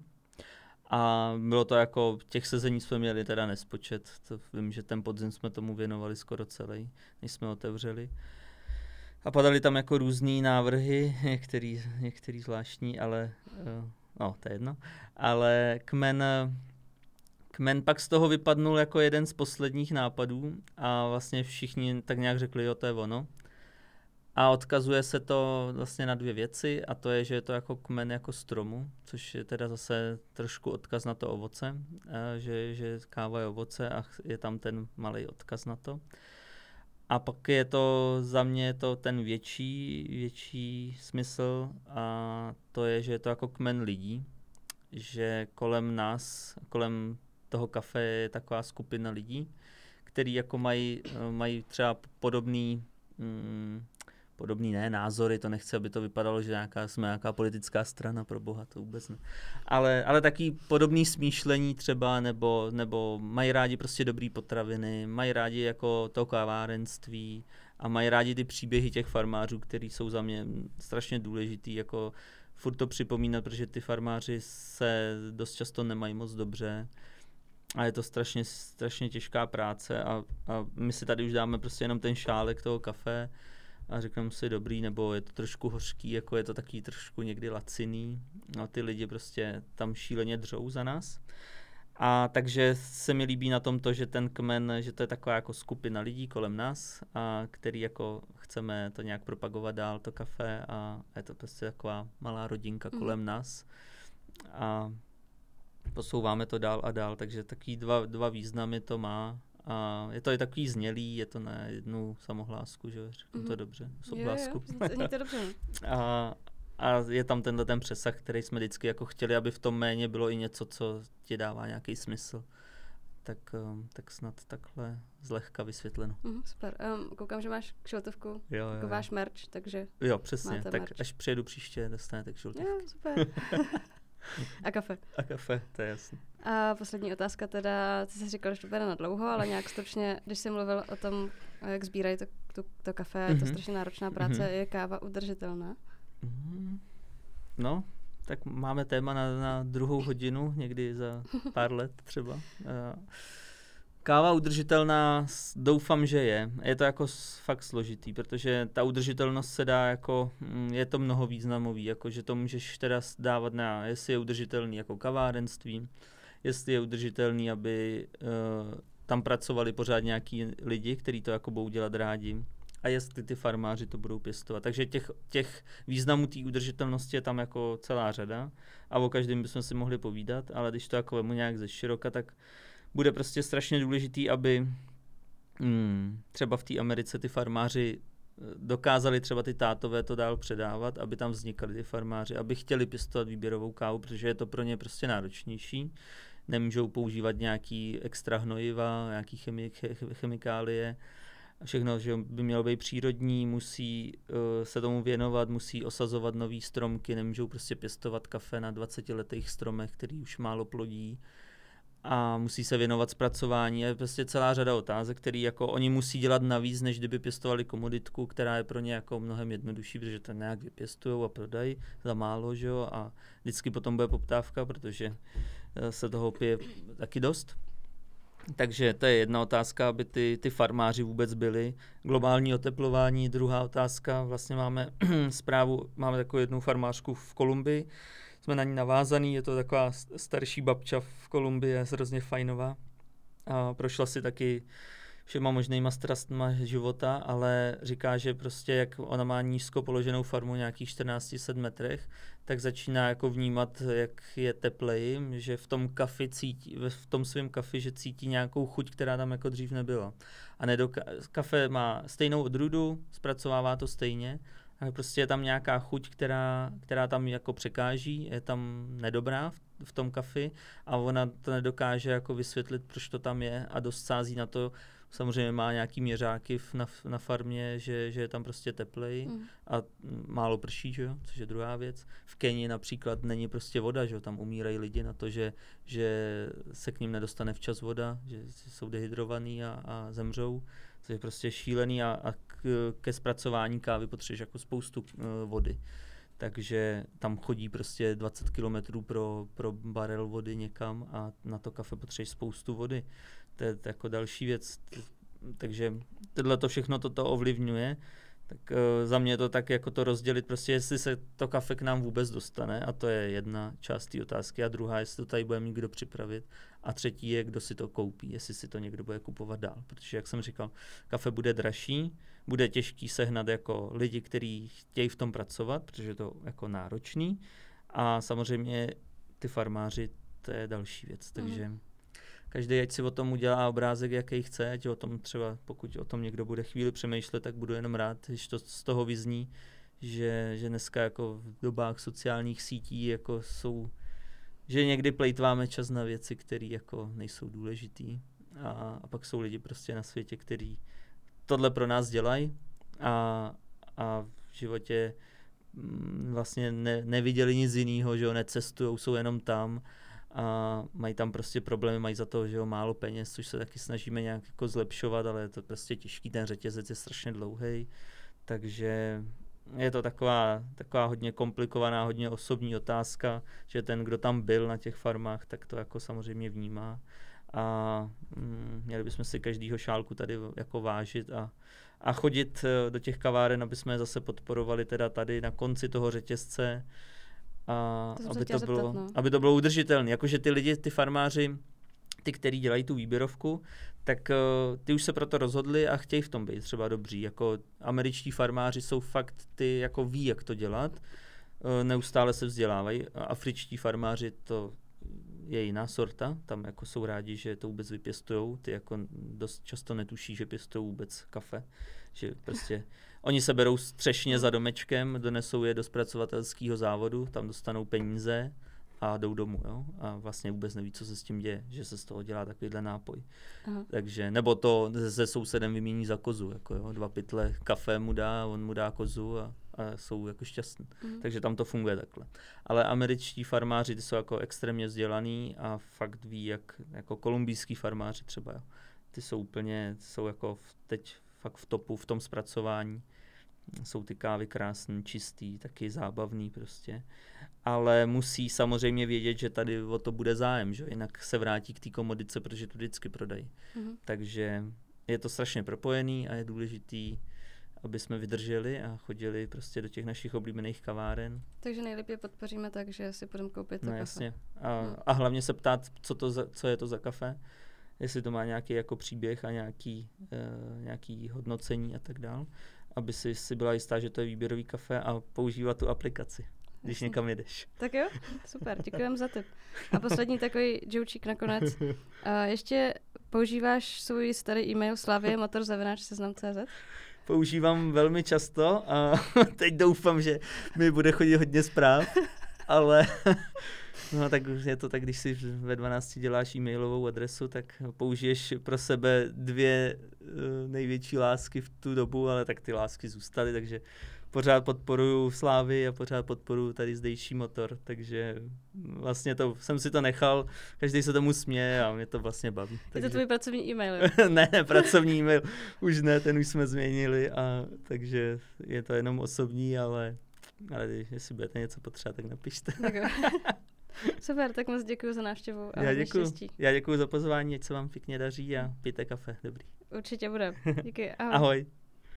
A bylo to jako, těch sezení jsme měli teda nespočet. To vím, že ten podzim jsme tomu věnovali skoro celý, než jsme otevřeli. A padaly tam jako různý návrhy, některý zvláštní, ale to je jedno. Ale Kmen pak z toho vypadnul jako jeden z posledních nápadů a vlastně všichni tak nějak řekli, jo, to je ono. A odkazuje se to vlastně na 2 věci, a to je, že je to jako kmen jako stromu, což je teda zase trošku odkaz na to ovoce, že káva je ovoce a je tam ten malý odkaz na to. A pak je to za mě to ten větší smysl, a to je, že je to jako kmen lidí, že kolem nás, kolem toho kafe je taková skupina lidí, který jako mají třeba podobný názory, to nechci, aby to vypadalo, že jsme nějaká politická strana, pro boha, to vůbec ne. Ale taky podobný smýšlení třeba, nebo mají rádi prostě dobrý potraviny, mají rádi jako to kavárenství a mají rádi ty příběhy těch farmářů, který jsou za mě strašně důležitý, jako furt to připomínat, protože ty farmáři se dost často nemají moc dobře. A je to strašně těžká práce a my si tady už dáme prostě jenom ten šálek toho kafe a řekneme si dobrý, nebo je to trošku hořký, jako je to taky trošku někdy laciný. A ty lidi prostě tam šíleně dřou za nás. A takže se mi líbí na tom to, že ten kmen, že to je taková jako skupina lidí kolem nás, a který jako chceme to nějak propagovat dál, to kafe, a je to prostě taková malá rodinka kolem nás. A posouváme to dál a dál, takže taky dva významy to má. A je to i takový znělý, je to na jednu samohlásku, že řeknu to dobře, souhlásku. Jo, to dobře. A je tam ten přesah, který jsme vždycky jako chtěli, aby v tom jméně bylo i něco, co ti dává nějaký smysl. Tak snad takhle zlehka vysvětleno. Super. Koukám, že máš kšiltovku, jako váš merch, takže jo, přesně. Tak merch. až přijedu příště, dostanete kšiltovky. Jo, super. A kafe. A kafe, to je jasné. A poslední otázka teda, ty jsi říkal, že to bude na dlouho, ale nějak stručně, když jsi mluvil o tom, jak sbírají to kafe, je to strašně náročná práce, je káva udržitelná? No, tak máme téma na 2. hodinu, někdy za pár let třeba. Káva udržitelná, doufám, že je. Je to jako fakt složitý, protože ta udržitelnost se dá jako, je to mnohovýznamový, jako že to můžeš teda dávat na, jestli je udržitelný jako kavárenství, jestli je udržitelný, aby tam pracovali pořád nějaký lidi, kteří to jako budou dělat rádi, a jestli ty farmáři to budou pěstovat. Takže těch významů té udržitelnosti je tam jako celá řada a o každém bychom si mohli povídat, ale když to jako vemu nějak ze široka, tak bude prostě strašně důležitý, aby třeba v té Americe ty farmáři dokázali třeba ty tátové to dál předávat, aby tam vznikali ty farmáři, aby chtěli pěstovat výběrovou kávu, protože je to pro ně prostě náročnější. Nemůžou používat nějaký extra hnojiva, nějaký chemikálie. Všechno, že by mělo být přírodní, musí se tomu věnovat, musí osazovat nový stromky, nemůžou prostě pěstovat kafe na 20letých stromech, který už málo plodí. A musí se věnovat zpracování. Je prostě celá řada otázek, které jako oni musí dělat navíc, než kdyby pěstovali komoditku, která je pro ně jako mnohem jednodušší, protože to nějak vypěstujou a prodají za málo, že jo, a vždycky potom bude poptávka, protože se toho pije taky dost. Takže to je jedna otázka, aby ty farmáři vůbec byli. Globální oteplování, druhá otázka, vlastně máme zprávu, máme takovou jednu farmářku v Kolumbii, jsme na ní navázaný, je to taková starší babča v Kolumbii, je hrozně fajnová. A prošla si taky všema možnýma strastma života, ale říká, že prostě jak ona má nízko položenou farmu nějakých 1400 metrech, tak začíná jako vnímat, jak je tepleji, že v tom kafi cítí, v tom svém kafi, že cítí nějakou chuť, která tam jako dřív nebyla. A kafe má stejnou odrůdu, zpracovává to stejně, ale prostě je tam nějaká chuť, která tam jako překáží, je tam nedobrá v tom kafi a ona to nedokáže jako vysvětlit, proč to tam je, a dost sází na to. Samozřejmě má nějaký měřáky na farmě, že je tam prostě teplej a málo prší, že jo? Což je druhá věc. V Keni například není prostě voda, že jo? Tam umírají lidi na to, že se k ním nedostane včas voda, že jsou dehydrovaný a zemřou. To je prostě šílený a ke zpracování kávy potřebuješ jako spoustu vody. Takže tam chodí prostě 20 kilometrů pro barel vody někam a na to kafe potřebuješ spoustu vody. To je jako další věc. Takže tohle to všechno toto ovlivňuje. Tak za mě to tak jako to rozdělit, prostě jestli se to kafe k nám vůbec dostane, a to je jedna část té otázky, a druhá, jestli to tady bude mít kdo připravit, a třetí je, kdo si to koupí, jestli si to někdo bude kupovat dál, protože jak jsem říkal, kafe bude dražší, bude těžký sehnat jako lidi, kteří chtějí v tom pracovat, protože je to jako náročný, a samozřejmě ty farmáři, to je další věc, takže každý ať si o tom udělá obrázek, jaký chce, ať o tom třeba, pokud o tom někdo bude chvíli přemýšlet, tak budu jenom rád, když to z toho vyzní, že dneska jako v dobách sociálních sítí jako jsou, že někdy plejtváme čas na věci, které jako nejsou důležitý, a pak jsou lidi prostě na světě, kteří tohle pro nás dělají a v životě vlastně neviděli nic jiného, že jo, necestujou, jsou jenom tam a mají tam prostě problémy, mají za to, že jo, málo peněz, což se taky snažíme nějak jako zlepšovat, ale je to prostě těžký, ten řetězec je strašně dlouhý, takže je to taková hodně komplikovaná, hodně osobní otázka, že ten, kdo tam byl na těch farmách, tak to jako samozřejmě vnímá a měli bychom si každýho šálku tady jako vážit a chodit do těch kaváren, aby jsme je zase podporovali teda tady na konci toho řetězce, a aby to bylo udržitelné. Jakože ty lidi, ty farmáři, ty, kteří dělají tu výběrovku, tak ty už se proto rozhodli a chtějí v tom být třeba dobří. Jako američtí farmáři jsou fakt, ty jako ví, jak to dělat, neustále se vzdělávají. A afričtí farmáři, to je jiná sorta, tam jako jsou rádi, že to vůbec vypěstujou, ty jako dost často netuší, že pěstují vůbec kafe, že prostě oni se berou střešně za domečkem, donesou je do zpracovatelského závodu, tam dostanou peníze a jdou domů, jo? A vlastně vůbec neví, co se s tím děje, že se z toho dělá takovýhle nápoj. Aha. Takže, nebo to se sousedem vymění za kozu, jako jo? 2 pytle kafe mu dá, on mu dá kozu a jsou jako šťastní. Takže tam to funguje takhle. Ale američtí farmáři, ty jsou jako extrémně vzdělaný a fakt ví, jak jako kolumbijský farmáři třeba, jo? Ty jsou úplně, jsou jako teď fakt v topu v tom zpracování. Jsou ty kávy krásný, čistý, taky zábavný prostě. Ale musí samozřejmě vědět, že tady o to bude zájem, že? Jinak se vrátí k té komodice, protože to vždycky prodají. Takže je to strašně propojený a je důležitý, aby jsme vydrželi a chodili prostě do těch našich oblíbených kaváren. Takže nejlépe je podpoříme tak, že si budeme koupit to kafe. Jasně. A hlavně se ptát, co je to za kafe, jestli to má nějaký jako příběh a nějaký hodnocení a tak dál, aby si byla jistá, že to je výběrový kafe, a používat tu aplikaci, když někam jedeš. Tak jo, super, děkujeme za tip. A poslední takový džoučík nakonec. Ještě používáš svůj starý e-mail slaviemotor@seznam.cz? Používám velmi často a teď doufám, že mi bude chodit hodně zpráv, ale no tak je to tak, když si ve 12 děláš e-mailovou adresu, tak použiješ pro sebe 2 největší lásky v tu dobu, ale tak ty lásky zůstaly, takže pořád podporuju Slávy a pořád podporuju tady zdejší motor, takže vlastně jsem si to nechal, každý se tomu směje a mě to vlastně baví. Je to tvůj pracovní e-mail, jo? ne, pracovní e-mail už ne, ten už jsme změnili, a takže je to jenom osobní, ale jestli budete něco potřebovat, tak napište. Super, tak moc děkuji za návštěvu a Já děkuji za pozvání, ať se vám pěkně daří a pijte kafe, dobrý. Určitě bude. Díky, ahoj. Ahoj.